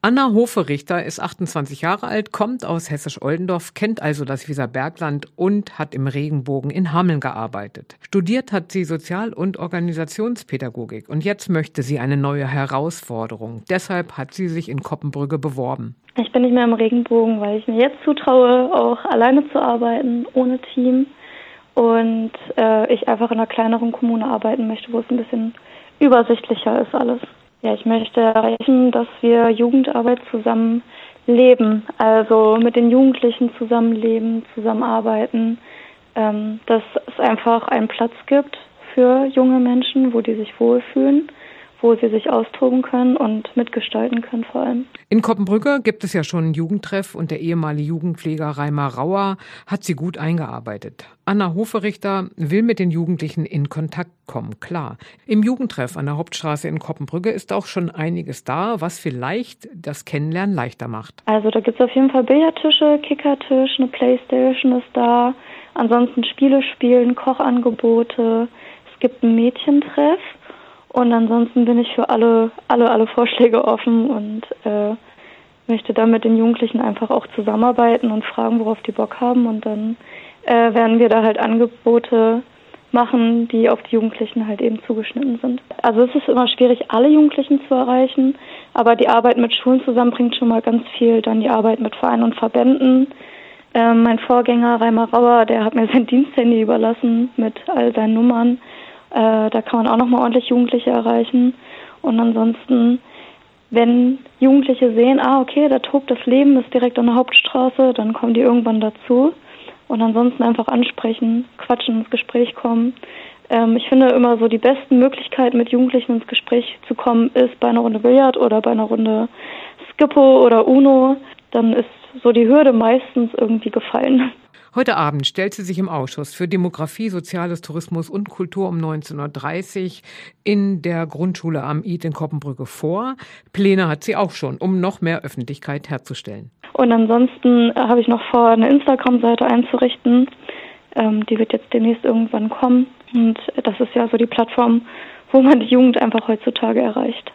Anna Hoferichter ist 28 Jahre alt, kommt aus Hessisch-Oldendorf, kennt also das Weserbergland und hat im Regenbogen in Hameln gearbeitet. Studiert hat sie Sozial- und Organisationspädagogik und jetzt möchte sie eine neue Herausforderung. Deshalb hat sie sich in Koppenbrügge beworben. Ich bin nicht mehr im Regenbogen, weil ich mir jetzt zutraue, auch alleine zu arbeiten, ohne Team. Und ich einfach in einer kleineren Kommune arbeiten möchte, wo es ein bisschen übersichtlicher ist alles. Ja, ich möchte erreichen, dass wir Jugendarbeit zusammen leben, also mit den Jugendlichen zusammenleben, zusammenarbeiten, dass es einfach einen Platz gibt für junge Menschen, wo die sich wohlfühlen, wo sie sich austoben können und mitgestalten können vor allem. In Koppenbrügge gibt es ja schon einen Jugendtreff und der ehemalige Jugendpfleger Reimer Rauer hat sie gut eingearbeitet. Anna Hoferichter will mit den Jugendlichen in Kontakt kommen, klar. Im Jugendtreff an der Hauptstraße in Koppenbrügge ist auch schon einiges da, was vielleicht das Kennenlernen leichter macht. Also da gibt es auf jeden Fall Billardtische, Kickertisch, eine Playstation ist da, ansonsten Spiele spielen, Kochangebote, es gibt einen Mädchentreff. Und ansonsten bin ich für alle Vorschläge offen und möchte dann mit den Jugendlichen einfach auch zusammenarbeiten und fragen, worauf die Bock haben. Und dann werden wir da halt Angebote machen, die auf die Jugendlichen halt eben zugeschnitten sind. Also es ist immer schwierig, alle Jugendlichen zu erreichen, aber die Arbeit mit Schulen zusammen bringt schon mal ganz viel. Dann die Arbeit mit Vereinen und Verbänden. Mein Vorgänger Reimer Rauer, der hat mir sein Diensthandy überlassen mit all seinen Nummern. Da kann man auch nochmal ordentlich Jugendliche erreichen. Und ansonsten, wenn Jugendliche sehen, okay, da tobt das Leben, ist direkt an der Hauptstraße, dann kommen die irgendwann dazu. Und ansonsten einfach ansprechen, quatschen, ins Gespräch kommen. Ich finde immer so, die besten Möglichkeiten, mit Jugendlichen ins Gespräch zu kommen, ist bei einer Runde Billard oder bei einer Runde Skippo oder Uno. Dann ist so die Hürde meistens irgendwie gefallen. Heute Abend stellt sie sich im Ausschuss für Demografie, Soziales, Tourismus und Kultur um 19.30 Uhr in der Grundschule am Id in Koppenbrügge vor. Pläne hat sie auch schon, um noch mehr Öffentlichkeit herzustellen. Und ansonsten habe ich noch vor, eine Instagram-Seite einzurichten. Die wird jetzt demnächst irgendwann kommen. Und das ist ja so die Plattform, wo man die Jugend einfach heutzutage erreicht.